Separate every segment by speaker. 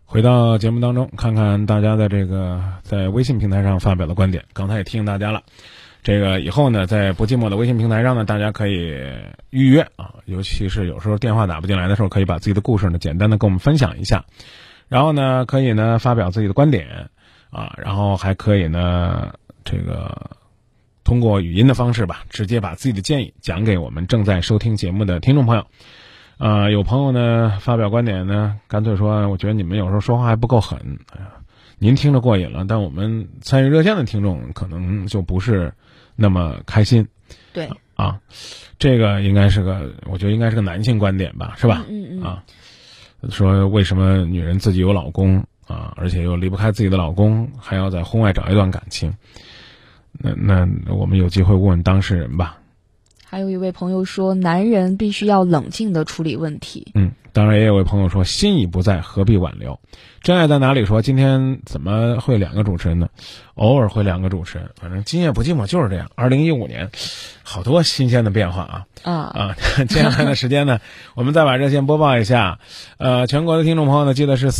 Speaker 1: 回到节目当中，看看大家的这个在微信平台上发表的观点。刚才也提醒大家了，这个以后呢，在不寂寞的微信平台上呢，大家可以预约啊，尤其是有时候电话打不进来的时候，可以把自己的故事呢简单的跟我们分享一下，然后呢，可以呢发表自己的观点啊，然后还可以呢这个通过语音的方式吧，直接把自己的建议讲给我们正在收听节目的听众朋友。有朋友呢发表观点呢，干脆说，我觉得你们有时候说话还不够狠，哎呀，您听着过瘾了，但我们参与热线的听众可能就不是那么开心。
Speaker 2: 对
Speaker 1: 啊，这个应该是个，我觉得应该是个男性观点吧，是吧？啊，说为什么女人自己有老公啊，而且又离不开自己的老公，还要在婚外找一段感情？那我们有机会问问当事人吧。
Speaker 2: 还有一位朋友说，男人必须要冷静地处理问题。
Speaker 1: 当然也有位朋友说，心已不在，何必挽留？真爱在哪里说，今天怎么会两个主持人呢？偶尔会两个主持人，反正今夜不寂寞就是这样。2015年，好多新鲜的变化啊！接下来的时间呢，我们再把热线播报一下。全国的听众朋友呢，记得是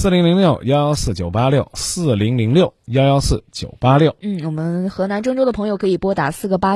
Speaker 1: 4006-114-986，4006-114-986。
Speaker 2: 我们河南郑州的朋友可以拨打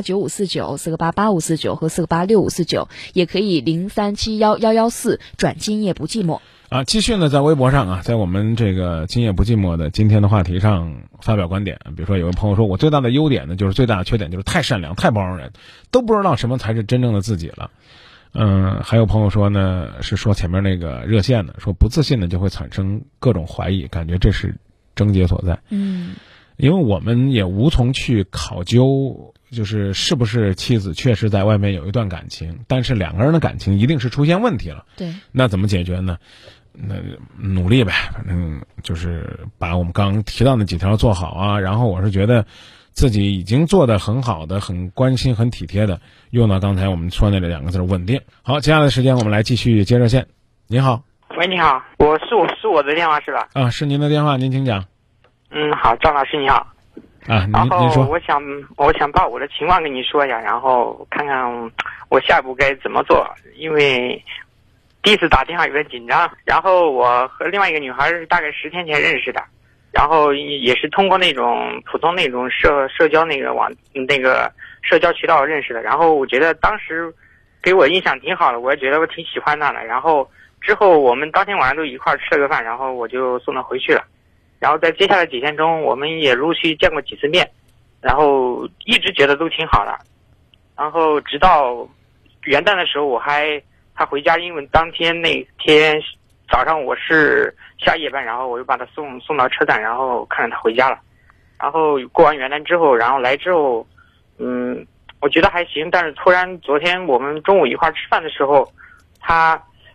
Speaker 2: 4个89549，4个88549和4个86549，也可以03711114转今夜不寂寞。
Speaker 1: 继续呢，在微博上啊，在我们这个今夜不寂寞的今天的话题上发表观点。比如说有位朋友说，我最大的优点呢，就是最大的缺点就是太善良、太包容人，都不知道什么才是真正的自己了。还有朋友说呢，是说前面那个热线呢，说不自信呢就会产生各种怀疑，感觉这是症结所在。因为我们也无从去考究，就是是不是妻子确实在外面有一段感情，但是两个人的感情一定是出现问题了。
Speaker 2: 对，
Speaker 1: 那怎么解决呢？那努力呗，反正就是把我们刚刚提到的几条做好啊。然后我是觉得自己已经做得很好的、很关心、很体贴的，用到刚才我们说的这两个字稳定。好，接下来的时间我们来继续接热线。您好。
Speaker 3: 喂，你好，是我的电话是吧？
Speaker 1: 是您的电话，您请讲。
Speaker 3: 好，张老师你好。
Speaker 1: 您说。
Speaker 3: 我想把我的情况跟你说一下，然后看看我下一步该怎么做。因为第一次打电话有点紧张，然后我和另外一个女孩是大概10天前认识的，然后也是通过那种普通那种社交那个社交渠道认识的。然后我觉得当时给我印象挺好的，我也觉得我挺喜欢她的。然后之后我们当天晚上都一块吃了个饭，然后我就送她回去了。然后在接下来几天中，我们也陆续见过几次面，然后一直觉得都挺好的。然后直到元旦的时候，他回家，因为当天那天早上我是下夜班，然后我就把他送到车站，然后看着他回家了。然后过完元旦之后，然后来之后，我觉得还行。但是突然昨天我们中午一块吃饭的时候，他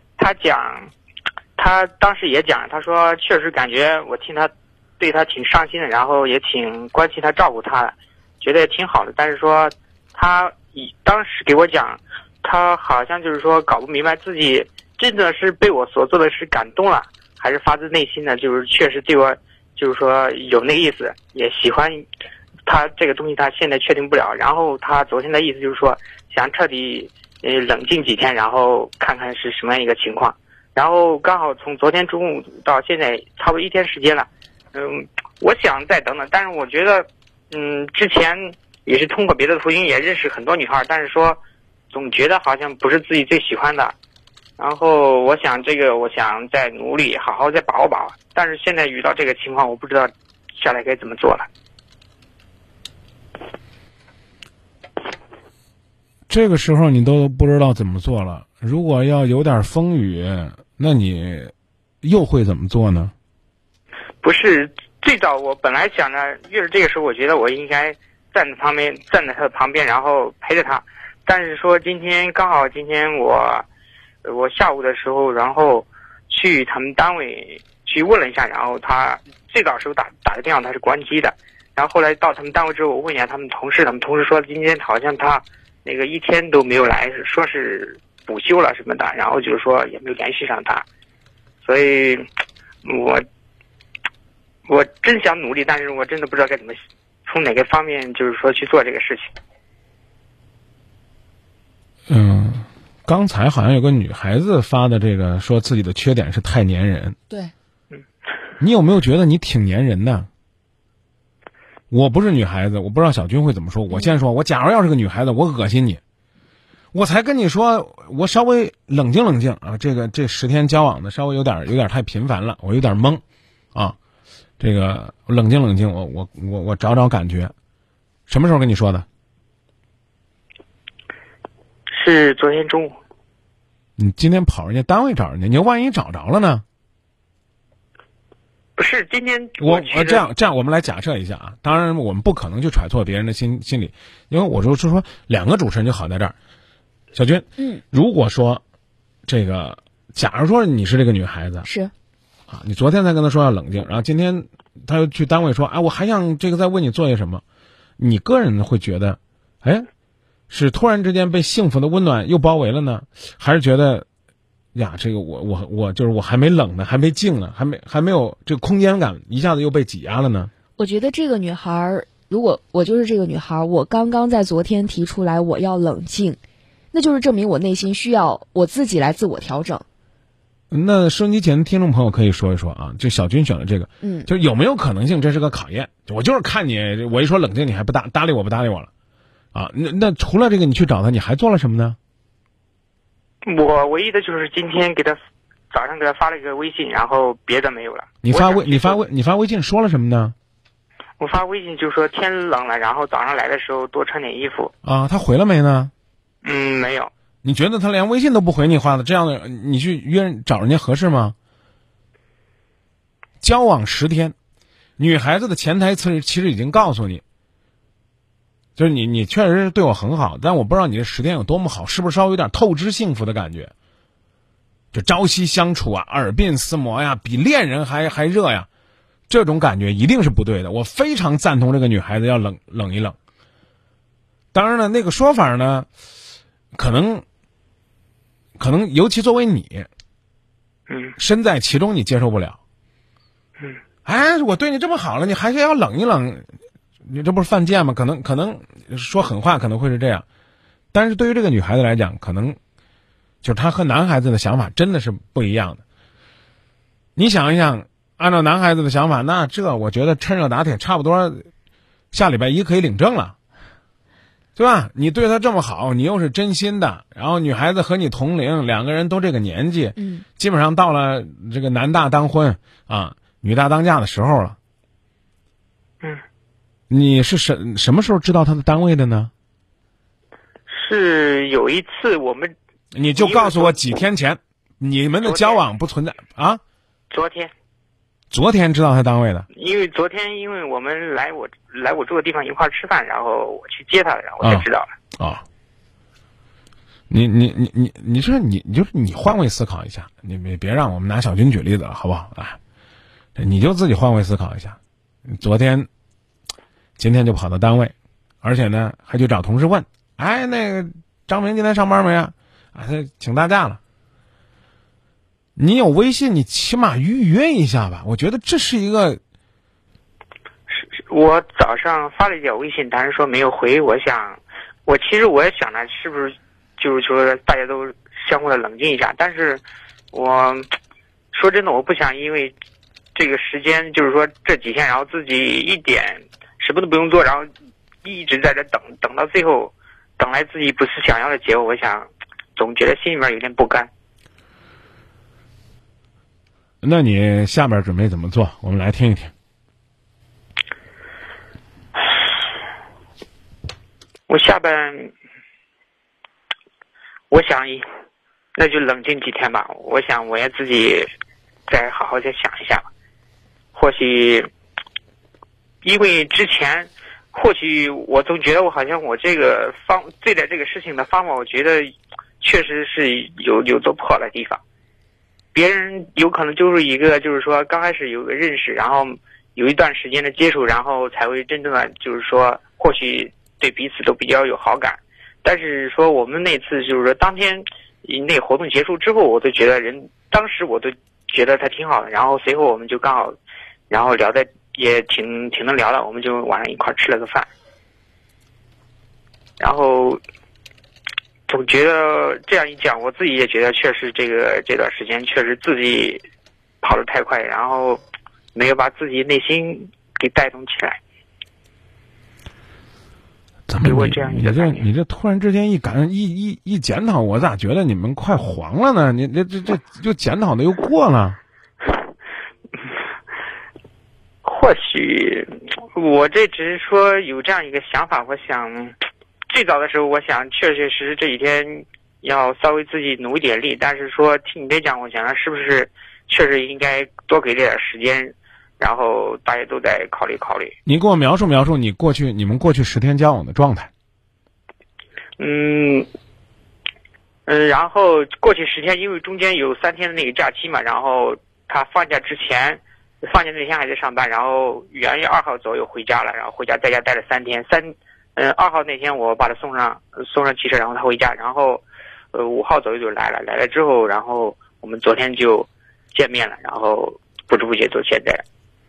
Speaker 3: 当时也讲，他说确实感觉我听他对他挺上心的，然后也挺关心他、照顾他的，觉得也挺好的。但是说他当时给我讲，他好像就是说搞不明白自己真的是被我所做的事感动了，还是发自内心的就是确实对我就是说有那个意思，也喜欢他这个东西，他现在确定不了。然后他昨天的意思就是说想彻底冷静几天，然后看看是什么样一个情况。然后刚好从昨天中午到现在差不多1天时间了，我想再等等，但是我觉得之前也是通过别的途径也认识很多女孩，但是说总觉得好像不是自己最喜欢的。然后我想再努力好好再把握把握，但是现在遇到这个情况，我不知道下来该怎么做了。
Speaker 1: 这个时候你都不知道怎么做了，如果要有点风雨，那你又会怎么做呢？
Speaker 3: 不是，最早我本来想着越是这个时候，我觉得我应该站在他的旁边，然后陪着他。但是说刚好今天我下午的时候，然后去他们单位去问了一下，然后他最早时候打的电话他是关机的，然后后来到他们单位之后，我问一下他们同事说今天好像他那个1天都没有来，说是补休了什么的，然后就是说也没有联系上他。所以我真想努力，但是我真的不知道该怎么从哪个方面就是说去做这个事情。
Speaker 1: 刚才好像有个女孩子发的这个，说自己的缺点是太粘人。
Speaker 2: 对，
Speaker 1: 你有没有觉得你挺粘人的？我不是女孩子，我不知道小军会怎么说。我先说，我假如要是个女孩子，我恶心你，我才跟你说，我稍微冷静冷静啊。这10天交往的稍微有点太频繁了，我有点懵啊。这个冷静冷静，我找感觉。什么时候跟你说的？
Speaker 3: 是昨天中午。
Speaker 1: 你今天跑人家单位找人家，你要万一找着了呢？
Speaker 3: 不是，今天
Speaker 1: 这样，我们来假设一下啊。当然，我们不可能去揣测别人的心理，因为我就是说，两个主持人就好在这儿。小军，如果说这个，假如说你是这个女孩子，
Speaker 2: 是
Speaker 1: 啊，你昨天才跟他说要冷静，然后今天他又去单位说，哎，我还想这个再为你做些什么，你个人会觉得，哎，是突然之间被幸福的温暖又包围了呢，还是觉得？呀，这个我就是我还没冷呢，还没静呢，还没有这个空间感，一下子又被挤压了呢。
Speaker 2: 我觉得这个女孩，如果我就是这个女孩，我刚刚在昨天提出来我要冷静，那就是证明我内心需要我自己来自我调整。
Speaker 1: 那收音机前的听众朋友可以说一说啊，就小军选了这个，就有没有可能性这是个考验？我就是看你，我一说冷静，你还不搭理我了，啊？那除了这个，你去找他，你还做了什么呢？
Speaker 3: 我唯一的就是今天早上给他发了一个微信，然后别的没有了。
Speaker 1: 你发微信说了什么呢？
Speaker 3: 我发微信就说天冷了，然后早上来的时候多穿点衣服。
Speaker 1: 啊，他回了没呢？
Speaker 3: 没有。
Speaker 1: 你觉得他连微信都不回你话的，这样的你去找人家合适吗？交往10天，女孩子的潜台词其实已经告诉你。就是你确实是对我很好，但我不知道你这10天有多么好，是不是稍微有点透支幸福的感觉？就朝夕相处啊，耳鬓厮磨呀，比恋人还热呀，这种感觉一定是不对的。我非常赞同这个女孩子要冷一冷。当然了，那个说法呢，可能尤其作为你，身在其中你接受不了。哎，我对你这么好了，你还是要冷一冷。你这不是犯贱吗？可能说狠话可能会是这样，但是对于这个女孩子来讲，可能就是她和男孩子的想法真的是不一样的。你想一想，按照男孩子的想法，那我觉得趁热打铁，差不多下礼拜1可以领证了，对吧？你对她这么好，你又是真心的，然后女孩子和你同龄，两个人都这个年纪，基本上到了这个男大当婚啊，女大当嫁的时候了。你是什么时候知道他的单位的呢？
Speaker 3: 是有一次
Speaker 1: 你就告诉我几天前，你们的交往不存在啊？
Speaker 3: 昨天
Speaker 1: 知道他单位的。
Speaker 3: 因为我们来我住的地方一块吃饭，然后我去接他，然后我才知道了。
Speaker 1: 啊。你说就是你换位思考一下，你别让我们拿小军举例子了，好不好？啊，你就自己换位思考一下，今天就跑到单位，而且呢还去找同事问，哎，那个张明今天上班没啊？啊，他请大假了。你有微信，你起码预约一下吧。我觉得这是一个。
Speaker 3: 我早上发了一条微信，但是说没有回。其实我也想着是不是就是说大家都相互的冷静一下，但是我说真的，我不想因为这个时间，就是说这几天，然后自己一点什么都不用做，然后一直在这等到最后，等来自己不是想要的结果，我想总觉得心里面有点不甘。
Speaker 1: 那你下边准备怎么做？我们来听一听。
Speaker 3: 我下边，我想那就冷静几天吧。我想我也自己再好好再想一下吧。或许因为之前，或许我总觉得我好像我这个对待这个事情的方法，我觉得确实是有做破的地方。别人有可能就是一个，就是说刚开始有个认识，然后有一段时间的接触，然后才会真正的就是说，或许对彼此都比较有好感。但是说我们那次就是说当天那活动结束之后，我都觉得当时我都觉得他挺好的，然后随后我们就刚好，然后聊的也挺能聊的，我们就晚上一块吃了个饭。然后总觉得这样一讲，我自己也觉得确实这段时间确实自己跑得太快，然后没有把自己内心给带动起来。
Speaker 1: 怎么
Speaker 3: 给我这样一个感觉
Speaker 1: 你这突然之间一检讨，我咋觉得你们快黄了呢？你这就检讨的又过了。
Speaker 3: 或许我这只是说有这样一个想法，我想最早的时候，我想确确实实这几天要稍微自己努一点力，但是说听你这讲，我想是不是确实应该多给这点时间，然后大家都得考虑考虑。
Speaker 1: 你给我描述描述你们过去10天交往的状态。
Speaker 3: 然后过去10天，因为中间有3天的那个假期嘛，然后他放假之前，放假那天还在上班，然后元月2号左右回家了，然后回家在家待了3天。2号那天我把他送上汽车，然后他回家，然后5号左右就来了之后，然后我们昨天就见面了，然后不知不觉到现在。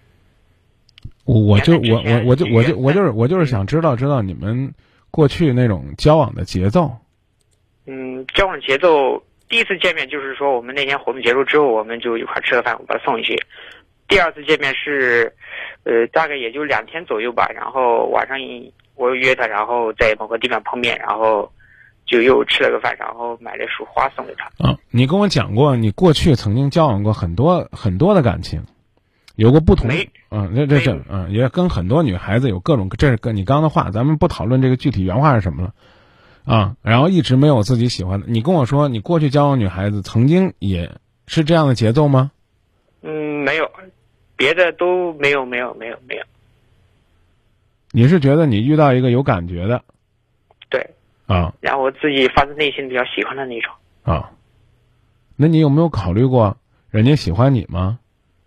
Speaker 1: 我就是想知道你们过去那种交往的节奏。
Speaker 3: 交往节奏，第一次见面就是说我们那天活动结束之后，我们就一块吃了饭，我把他送回去。第二次见面是大概也就2天左右吧，然后晚上我约他，然后在某个地方碰面，然后就又吃了个饭，然后买了束花送给他。
Speaker 1: 你跟我讲过，你过去曾经交往过很多很多的感情，有过不同，也跟很多女孩子有各种，这是跟你刚刚的话，咱们不讨论这个具体原话是什么了。然后一直没有自己喜欢的。你跟我说，你过去交往女孩子曾经也是这样的节奏吗？
Speaker 3: 没有，别的都没有。
Speaker 1: 你是觉得你遇到一个有感觉的？
Speaker 3: 对。然后我自己发自内心比较喜欢的那种。
Speaker 1: 那你有没有考虑过人家喜欢你吗？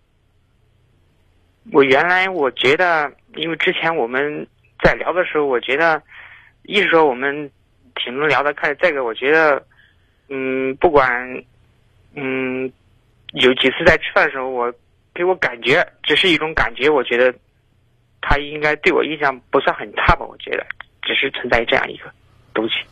Speaker 3: 我觉得，因为之前我们在聊的时候，我觉得一是说我们挺能聊得开，再一个我觉得不管有几次在吃饭的时候，给我感觉只是一种感觉，我觉得他应该对我印象不算很差吧，我觉得只是存在这样一个东西。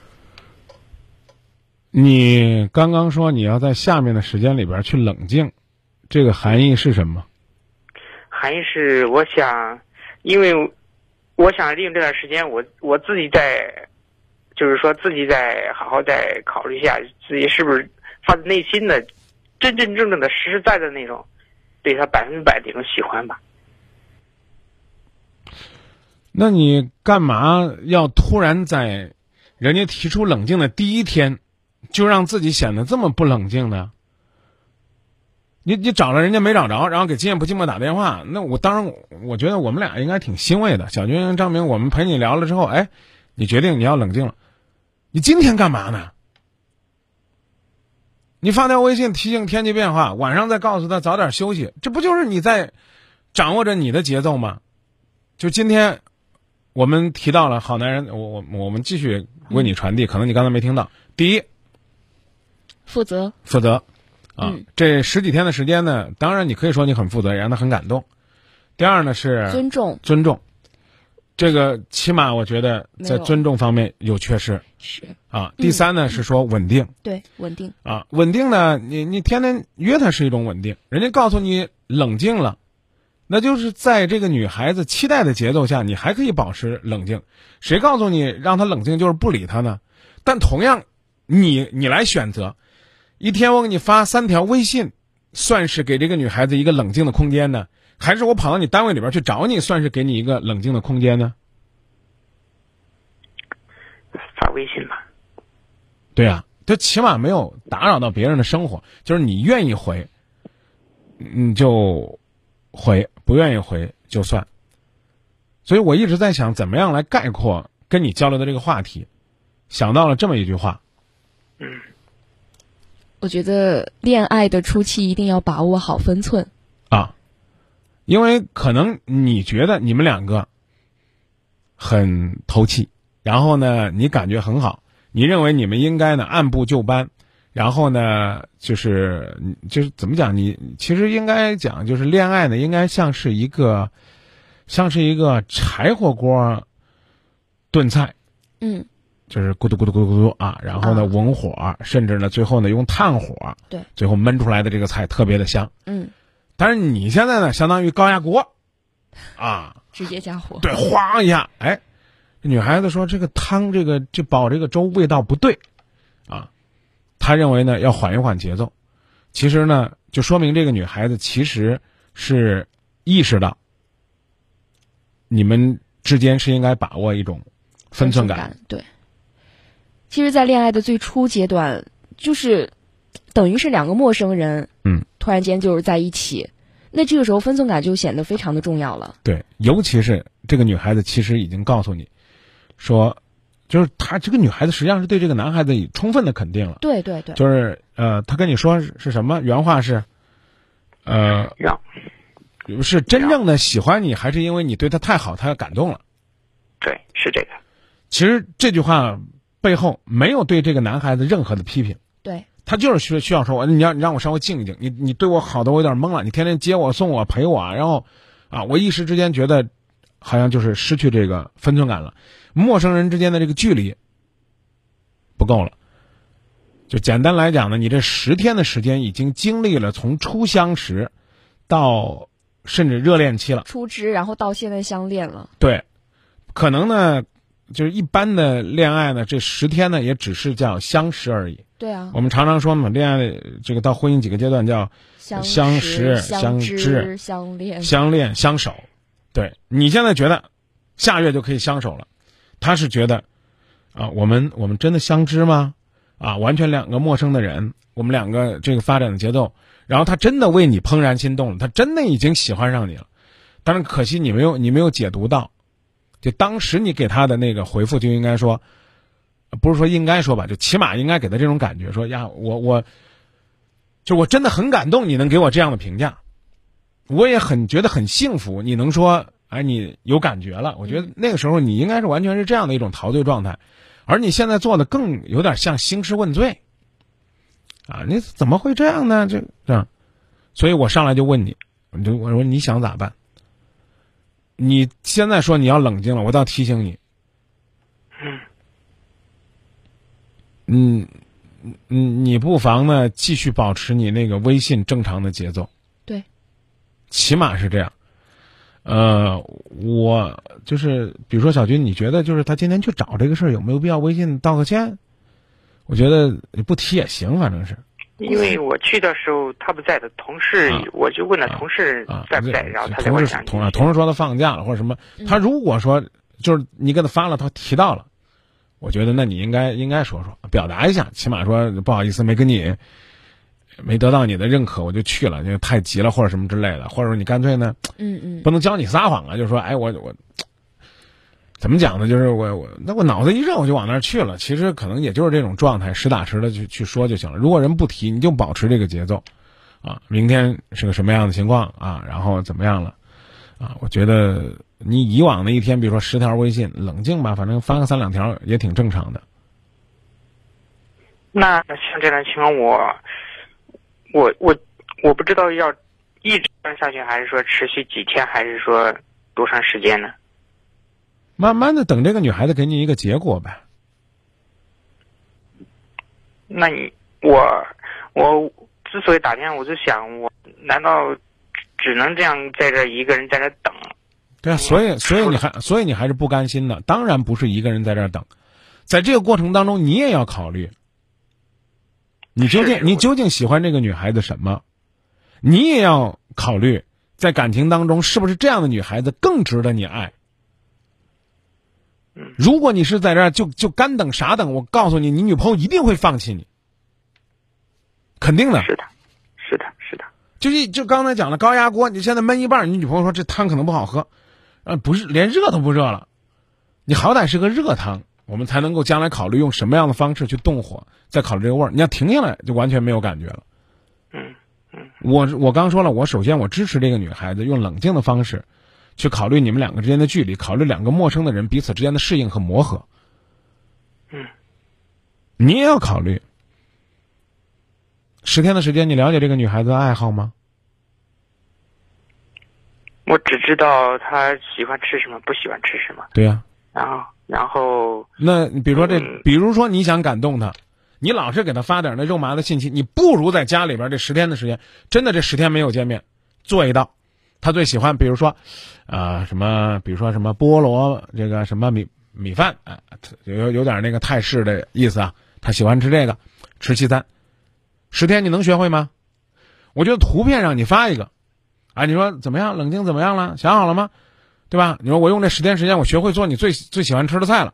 Speaker 1: 你刚刚说你要在下面的时间里边去冷静，这个含义是什么？
Speaker 3: 含义是因为我想利用这段时间，我自己就是说自己再好好再考虑一下，自己是不是发自内心的真真正正的实实在在的那种对他100%的一种喜欢吧。
Speaker 1: 那你干嘛要突然在人家提出冷静的第一天就让自己显得这么不冷静呢？你找了人家没找着，然后给寂寞不寂寞打电话，那我觉得我们俩应该挺欣慰的。小军、张明，我们陪你聊了之后，你决定你要冷静了，你今天干嘛呢？你发条微信提醒天气变化，晚上再告诉他早点休息，这不就是你在掌握着你的节奏吗？就今天我们提到了好男人，我们继续为你传递，可能你刚才没听到。第一，
Speaker 2: 负责
Speaker 1: 这10几天的时间呢，当然你可以说你很负责，让他很感动。第二呢是
Speaker 2: 尊重，
Speaker 1: 这个起码我觉得在尊重方面有缺失。
Speaker 2: 是
Speaker 1: 第三呢是说稳定。
Speaker 2: 对，稳定
Speaker 1: 稳定呢，你天天约他是一种稳定，人家告诉你冷静了，那就是在这个女孩子期待的节奏下，你还可以保持冷静。谁告诉你让她冷静就是不理她呢？但同样你来选择，一天我给你发3条微信，算是给这个女孩子一个冷静的空间呢，还是我跑到你单位里边去找你，算是给你一个冷静的空间呢？
Speaker 3: 发微信吧。
Speaker 1: 对啊，就起码没有打扰到别人的生活，就是你愿意回你就回，不愿意回就算。所以我一直在想怎么样来概括跟你交流的这个话题，想到了这么一句话。
Speaker 2: 我觉得恋爱的初期一定要把握好分寸
Speaker 1: 因为可能你觉得你们两个很投契，然后呢你感觉很好，你认为你们应该呢按部就班，然后呢就是怎么讲，你其实应该讲就是恋爱呢应该像是一个柴火锅炖菜，就是咕嘟咕嘟咕嘟咕嘟然后呢文火，甚至呢最后呢用炭火，
Speaker 2: 对，
Speaker 1: 最后焖出来的这个菜特别的香。 但是你现在呢，相当于高压锅，啊，
Speaker 2: 直接加火。
Speaker 1: 对，哗一下，哎，女孩子说这个汤这煲这个粥味道不对，啊，她认为呢要缓一缓节奏。其实呢，就说明这个女孩子其实是意识到，你们之间是应该把握一种分寸感。
Speaker 2: 对，其实，在恋爱的最初阶段，就是等于是两个陌生人，突然间就是在一起，那这个时候分寸感就显得非常的重要了。对，
Speaker 1: 尤其是这个女孩子其实已经告诉你，说，就是她这个女孩子实际上是对这个男孩子以充分的肯定了。
Speaker 2: 对对对，
Speaker 1: 就是她跟你说是什么？原话是，是真正的喜欢你，还是因为你对她太好，她感动了？
Speaker 3: 对，是这个。
Speaker 1: 其实这句话背后没有对这个男孩子任何的批评。
Speaker 2: 对，
Speaker 1: 他就是需要说，你让我稍微静一静，你对我好的我有点懵了，你天天接我送我陪我，然后我一时之间觉得好像就是失去这个分寸感了，陌生人之间的这个距离不够了。就简单来讲呢，你这10天的时间已经经历了从初相识到甚至热恋期了，
Speaker 2: 初知，然后到现在相恋了。
Speaker 1: 对，可能呢就是一般的恋爱呢，这10天呢也只是叫相识而已。
Speaker 2: 对啊，
Speaker 1: 我们常常说嘛，恋爱这个到婚姻几个阶段叫相识、相知、
Speaker 2: 相恋、
Speaker 1: 相守。对，你现在觉得下月就可以相守了，他是觉得我们真的相知吗？完全两个陌生的人，我们两个这个发展的节奏，然后他真的为你怦然心动了，他真的已经喜欢上你了。但是可惜你没有解读到，就当时你给他的那个回复就应该说，不是说应该说吧，就起码应该给他这种感觉，说呀，我真的很感动，你能给我这样的评价，我也觉得很幸福，你能说你有感觉了。我觉得那个时候你应该是完全是这样的一种陶醉状态，而你现在做的更有点像兴师问罪你怎么会这样呢？这样，所以我上来就问你，我说你想咋办？你现在说你要冷静了，我倒提醒你，你不妨呢继续保持你那个微信正常的节奏，
Speaker 2: 对，
Speaker 1: 起码是这样。我就是比如说小军，你觉得就是他今天去找这个事儿有没有必要微信道个歉？我觉得你不提也行，反正是。
Speaker 3: 因为我去的时候他不在的，同事我就问了同事在不在，然后他才会想。
Speaker 1: 同事说他放假了或者什么，他如果说就是你给他发了，他提到了，我觉得那你应该说表达一下，起码说不好意思，没得到你的认可，我就去了，就太急了或者什么之类的，或者说你干脆呢，不能教你撒谎啊，就说我怎么讲呢？就是我脑子一热我就往那儿去了，其实可能也就是这种状态，实打实的去说就行了。如果人不提，你就保持这个节奏，明天是个什么样的情况然后怎么样了我觉得你以往的一天，比如说10条微信，冷静吧，反正发个3、2条也挺正常的。
Speaker 3: 那像这种情况，我不知道要一直这样下去，还是说持续几天，还是说多长时间呢？
Speaker 1: 慢慢的等这个女孩子给你一个结果呗。
Speaker 3: 那我之所以打电话，我就想，我难道只能这样在这一个人在这等？
Speaker 1: 对啊，所以你还是不甘心的。当然不是一个人在这等，在这个过程当中，你也要考虑，你究竟喜欢这个女孩子什么？你也要考虑，在感情当中是不是这样的女孩子更值得你爱？如果你是在这儿就干等傻等，我告诉你，你女朋友一定会放弃你，肯定的。
Speaker 3: 是的。
Speaker 1: 就刚才讲了高压锅，你现在焖一半，你女朋友说这汤可能不好喝，不是连热都不热了，你好歹是个热汤，我们才能够将来考虑用什么样的方式去动火，再考虑这个味儿。你要停下来，就完全没有感觉了。我刚说了，首先我支持这个女孩子用冷静的方式去考虑你们两个之间的距离，考虑两个陌生的人彼此之间的适应和磨合。你也要考虑10天的时间，你了解这个女孩子的爱好吗？
Speaker 3: 我只知道她喜欢吃什么，不喜欢吃什么。
Speaker 1: 对呀。
Speaker 3: 然后
Speaker 1: 那比如说你想感动她，你老是给她发点那肉麻的信息，你不如在家里边这10天的时间，真的这10天没有见面， 做一道。他最喜欢，比如说，比如说什么菠萝这个什么米饭，有点那个泰式的意思啊。他喜欢吃这个，吃西餐，10天你能学会吗？我觉得图片上你发一个，你说怎么样？冷静怎么样了？想好了吗？对吧？你说我用这10天时间，我学会做你最喜欢吃的菜了。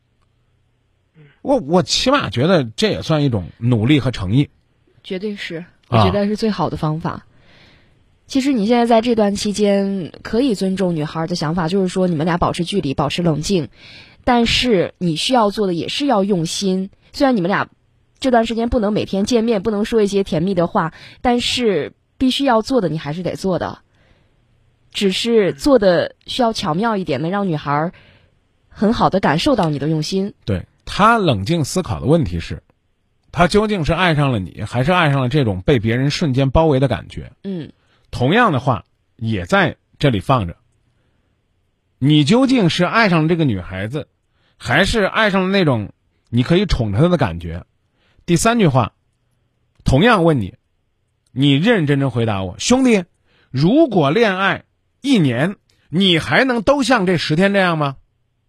Speaker 1: 我起码觉得这也算一种努力和诚意。
Speaker 2: 绝对是，我觉得是最好的方法。其实你现在在这段期间可以尊重女孩的想法，就是说你们俩保持距离，保持冷静，但是你需要做的也是要用心。虽然你们俩这段时间不能每天见面，不能说一些甜蜜的话，但是必须要做的你还是得做的，只是做的需要巧妙一点，能让女孩很好的感受到你的用心。
Speaker 1: 对，她冷静思考的问题是，她究竟是爱上了你，还是爱上了这种被别人瞬间包围的感觉？同样的话也在这里放着，你究竟是爱上了这个女孩子，还是爱上了那种你可以宠着她的感觉？第3句话同样问你，你认认真真回答我，兄弟，如果恋爱1年，你还能都像这10天这样吗？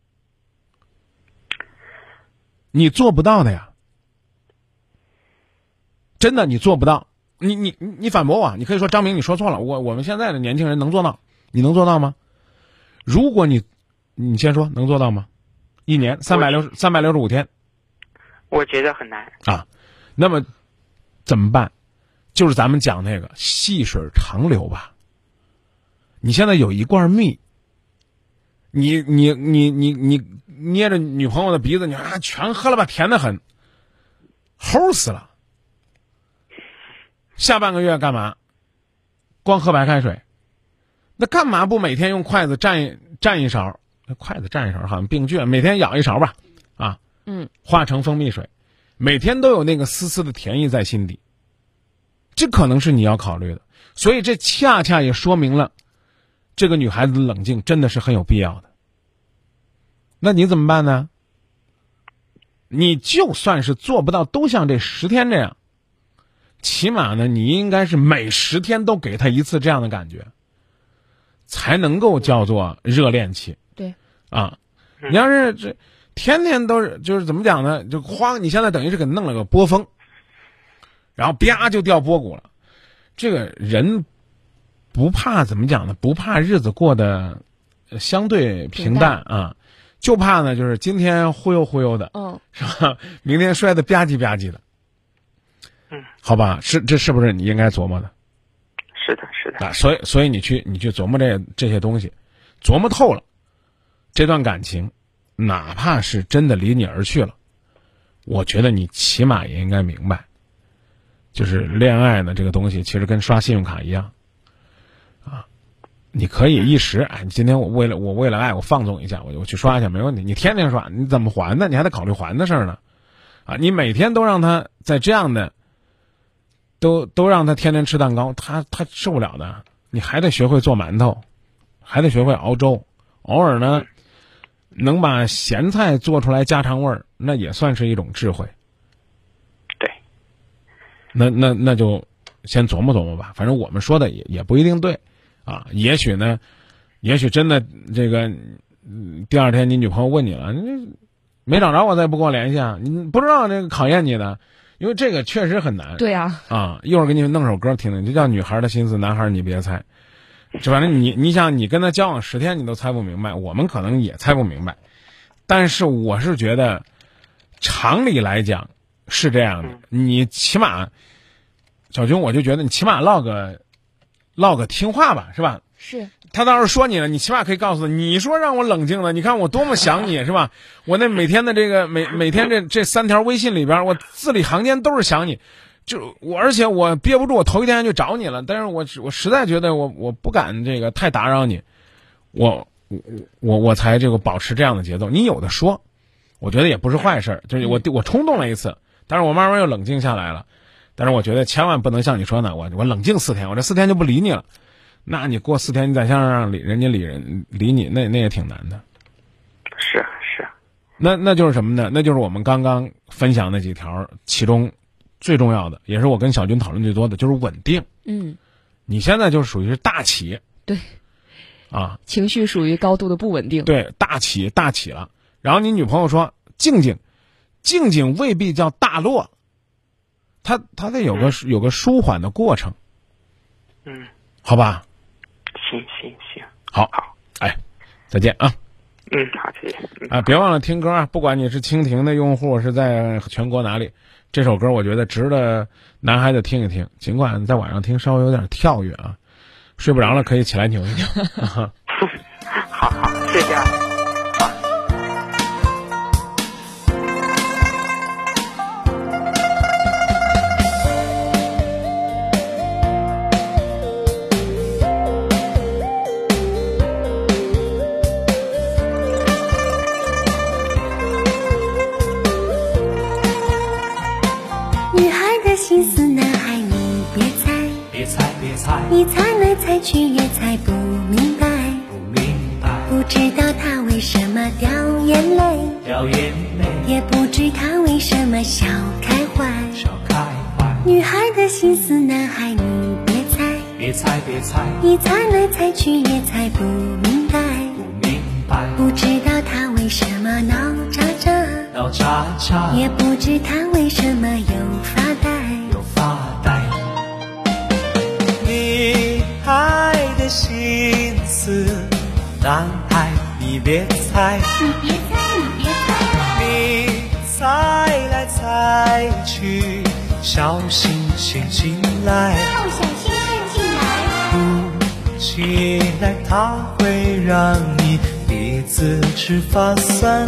Speaker 1: 你做不到的呀，真的你做不到。你反驳我，你可以说张明你说错了，我们现在的年轻人能做到，你能做到吗？如果你先说能做到吗？1年365天，
Speaker 3: 我觉得很难
Speaker 1: 啊。那么怎么办？就是咱们讲那个细水长流吧。你现在有一罐蜜，你捏着女朋友的鼻子，你全喝了吧，甜得很，齁死了。下半个月干嘛？光喝白开水，那干嘛不每天用筷子蘸一勺？筷子蘸一勺好像病句，每天舀一勺吧，化成蜂蜜水，每天都有那个丝丝的甜意在心底。这可能是你要考虑的，所以这恰恰也说明了，这个女孩子的冷静真的是很有必要的。那你怎么办呢？你就算是做不到都像这10天这样，起码呢，你应该是每10天都给他一次这样的感觉，才能够叫做热恋期。
Speaker 2: 对，
Speaker 1: 你要是这天天都是，就是怎么讲呢？就你现在等于是给弄了个波峰，然后啪就掉波谷了。这个人不怕怎么讲呢？不怕日子过得相对平淡啊，就怕呢就是今天忽悠忽悠的，是吧？明天摔得吧唧吧唧的。好吧，这是不是你应该琢磨的？
Speaker 3: 是的。
Speaker 1: 所以你去琢磨这些东西，琢磨透了，这段感情，哪怕是真的离你而去了，我觉得你起码也应该明白，就是恋爱呢这个东西，其实跟刷信用卡一样，你可以一时，今天我为了爱，我放纵一下，我去刷一下没问题。你天天刷，你怎么还呢？你还得考虑还的事儿呢，你每天都让他在这样的。都让他天天吃蛋糕，他受不了的。你还得学会做馒头，还得学会熬粥，偶尔呢，能把咸菜做出来家常味儿，那也算是一种智慧。
Speaker 3: 对。
Speaker 1: 那就先琢磨琢磨吧，反正我们说的也不一定对，也许真的这个，第2天你女朋友问你了，你没找着我再不跟我联系啊，你不知道这个考验你的。因为这个确实很难。
Speaker 2: 对啊。
Speaker 1: 一会儿给你弄首歌听听，就叫女孩的心思，男孩你别猜。反正你想，你跟他交往10天，你都猜不明白，我们可能也猜不明白。但是我是觉得，常理来讲是这样的。你起码，小军，我就觉得你起码唠个听话吧，是吧？
Speaker 2: 是。
Speaker 1: 他倒是说你了，你起码可以告诉他，你说让我冷静了，你看我多么想你，是吧？我那每天的这个每天这3条微信里边，我字里行间都是想你，而且我憋不住，我头一天就找你了，但是我实在觉得我不敢这个太打扰你，我才这个保持这样的节奏。你有的说，我觉得也不是坏事，就是我冲动了一次，但是我慢慢又冷静下来了。但是我觉得千万不能像你说的，我冷静4天，我这4天就不理你了。那你过4天，你再想让人家理你，那也挺难的。
Speaker 3: 是。
Speaker 1: 那就是什么呢？那就是我们刚刚分享那几条，其中最重要的，也是我跟小军讨论最多的，就是稳定。 你现在就属于是大起，
Speaker 2: 对，
Speaker 1: 啊，
Speaker 2: 情绪属于高度的不稳定，
Speaker 1: 对，大起了。然后你女朋友说静静未必叫大落，他得有个舒缓的过程，好吧？
Speaker 3: 行，
Speaker 1: 好，哎，再见啊。
Speaker 3: 好，谢谢。
Speaker 1: 别忘了听歌啊！不管你是蜻蜓的用户，是在全国哪里，这首歌我觉得值得男孩子听一听。尽管在晚上听稍微有点跳跃啊，睡不着了可以起来扭一扭。
Speaker 3: 好，谢谢啊。
Speaker 4: 心思男孩你别猜，你猜来猜去也猜不明白，不知道他为什么掉眼泪，也不知他为什么笑开怀。女孩的心思男孩你别猜，你猜来猜去也猜不明白，不知道他为什么闹喳喳，也不知他为什么又发呆。
Speaker 5: 女孩的心思，男孩你别猜，你猜来猜去，小心陷进来，哭起来它会让你鼻子直发酸，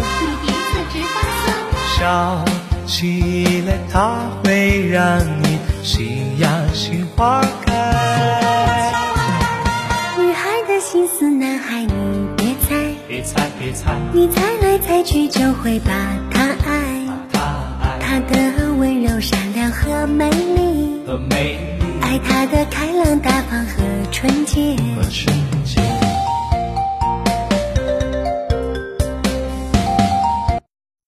Speaker 5: 笑起来它会让你心呀心花开。
Speaker 4: 女孩的心思男孩你别猜，你猜来猜去就会把他爱，他的温柔善良和美丽，爱他的开朗大方和纯洁。